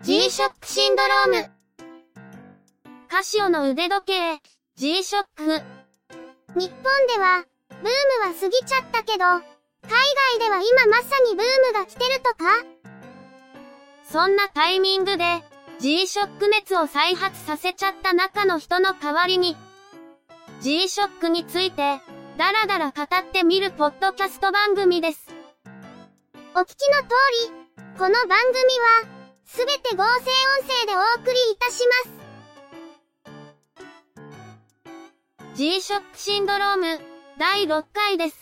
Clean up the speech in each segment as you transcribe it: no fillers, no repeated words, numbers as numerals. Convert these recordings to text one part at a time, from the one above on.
G-SHOCK シンドローム。カシオの腕時計、G-SHOCK。 日本では、ブームは過ぎちゃったけど、海外では今まさにブームが来てるとか？ そんなタイミングで、G-SHOCK 熱を再発させちゃった中の人の代わりに、G-SHOCK について、だらだら語ってみるポッドキャスト番組です。 お聞きの通り、この番組は、すべて合成音声でお送りいたします。 G-SHOCK シンドローム、第6回です。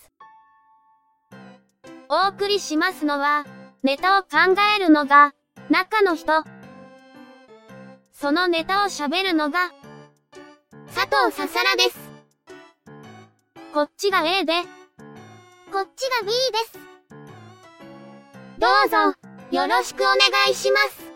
お送りしますのは、ネタを考えるのが、中の人。そのネタを喋るのが、佐藤ささらです。こっちが A で、 こっちが B です。 どうぞ、よろしくお願いします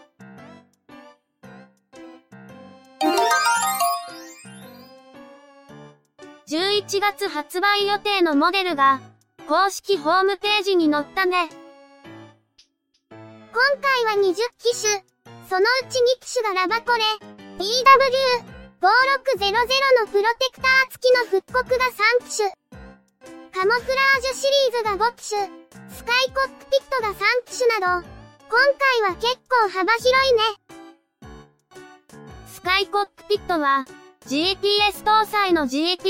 。11月発売予定のモデルが、公式ホームページに載ったね。 今回は20機種、そのうち2機種がラバコレ、BW5600 のプロテクター付きの復刻が3機種。カモフラージュシリーズが5機種、スカイコックピットが3機種など、今回は結構幅広いね。 スカイコックピットは、GPS 搭載の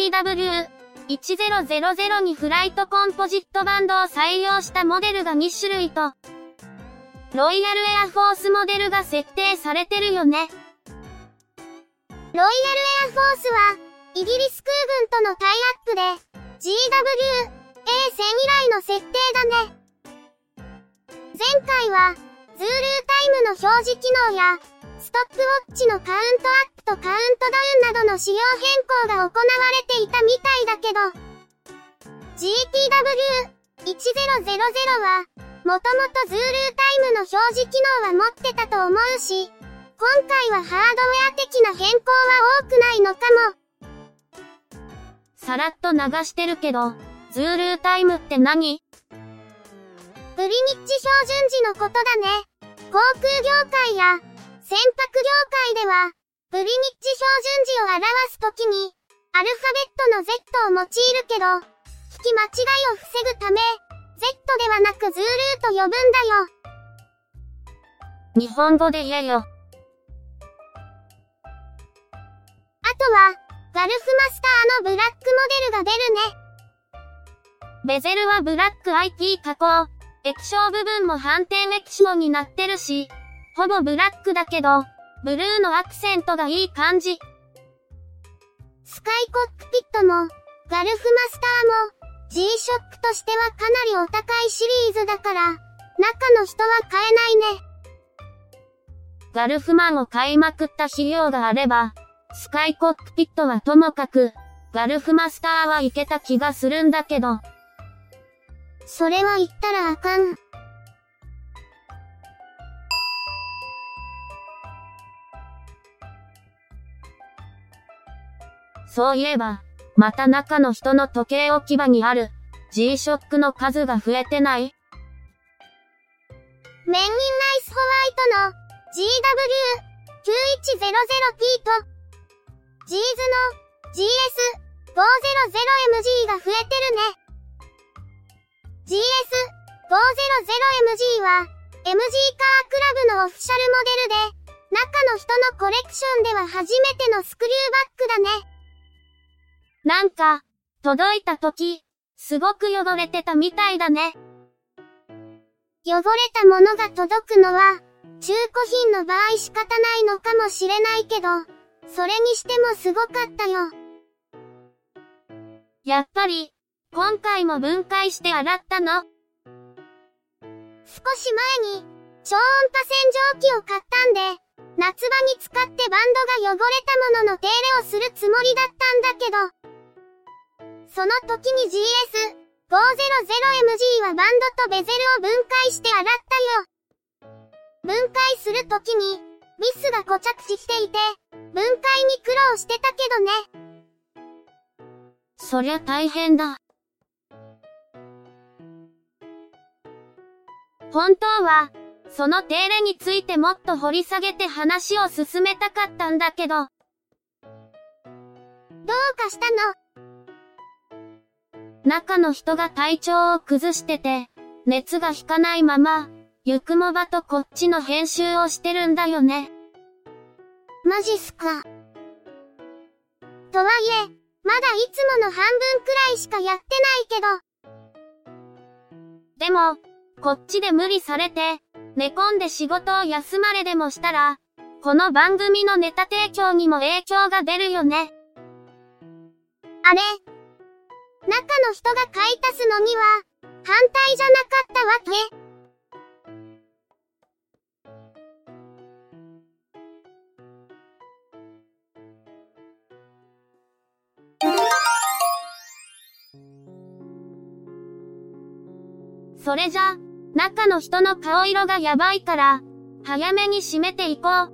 GTW1000 にフライトコンポジットバンドを採用したモデルが2種類と、ロイヤルエアフォースモデルが設定されてるよね。 ロイヤルエアフォースは、イギリス空軍とのタイアップで、GW-A1000 以来の設定だね。前回は、ズールータイムの表示機能や、ストップウォッチのカウントアップとカウントダウンなどの仕様変更が行われていたみたいだけど、GTW1000 は、もともとズールータイムの表示機能は持ってたと思うし、今回はハードウェア的な変更は多くないのかも。 さらっと流してるけど、ズールータイムって何？ ブリニッジ標準時のことだね。航空業界や船舶業界では、ブリニッジ標準時を表すときに、アルファベットの Z を用いるけど、聞き間違いを防ぐため、Z ではなくズールーと呼ぶんだよ。 日本語で言えよ。 あとは、ガルフマスターのブラックモデルが出るね。 ベゼルはブラック IP 加工。液晶部分も反転液晶になってるし、ほぼブラックだけど、ブルーのアクセントがいい感じ。 スカイコックピットも、ガルフマスターも、G-SHOCK としてはかなりお高いシリーズだから、中の人は買えないね。 ガルフマンを買いまくった費用があれば、スカイコックピットはともかく、ガルフマスターはいけた気がするんだけど。 それは言ったらあかん。 そういえば、また中の人の時計置き場にある G-SHOCK の数が増えてない？ メンインナイスホワイトの GW9100P と G's の GS500MG が増えてるね。GS500MG は MG カークラブのオフィシャルモデルで、中の人のコレクションでは初めてのスクリューバッグだね。 なんか、届いた時、すごく汚れてたみたいだね。 汚れたものが届くのは、中古品の場合仕方ないのかもしれないけど、それにしてもすごかったよ。 やっぱり、今回も分解して洗ったの？ 少し前に、超音波洗浄機を買ったんで、夏場に使ってバンドが汚れたものの手入れをするつもりだったんだけど、その時に GS500MG はバンドとベゼルを分解して洗ったよ。分解する時に、ビスが固着していて、分解に苦労してたけどね。 そりゃ大変だ。本当は、 その手入れについてもっと掘り下げて話を進めたかったんだけど。どうかしたの？ 中の人が体調を崩してて、熱が引かないまま、ゆくもばとこっちの編集をしてるんだよね。 マジっすか。とはいえ、まだいつもの半分くらいしかやってないけど。でも、こっちで無理されて、寝込んで仕事を休まれでもしたら、この番組のネタ提供にも影響が出るよね。 あれ？中の人が買い足すのには、反対じゃなかったわけ？ それじゃ、中の人の顔色がやばいから、早めに締めていこう。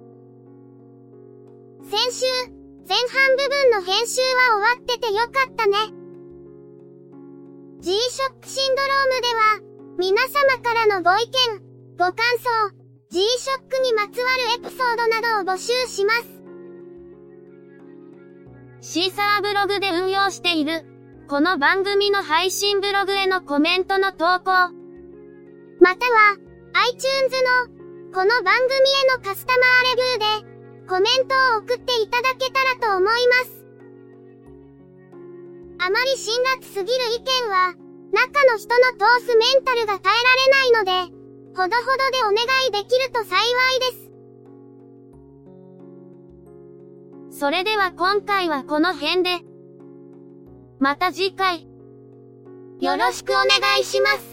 先週、前半部分の編集は終わっててよかったね。G-SHOCK シンドロームでは、皆様からのご意見、ご感想、G-SHOCK にまつわるエピソードなどを募集します。 シーサーブログで運用している、この番組の配信ブログへのコメントの投稿、 または、iTunes の、この番組へのカスタマーレビューで、コメントを送っていただけたらと思います。あまり辛辣すぎる意見は、中の人の通すメンタルが耐えられないので、ほどほどでお願いできると幸いです。 それでは今回はこの辺で。また次回、よろしくお願いします。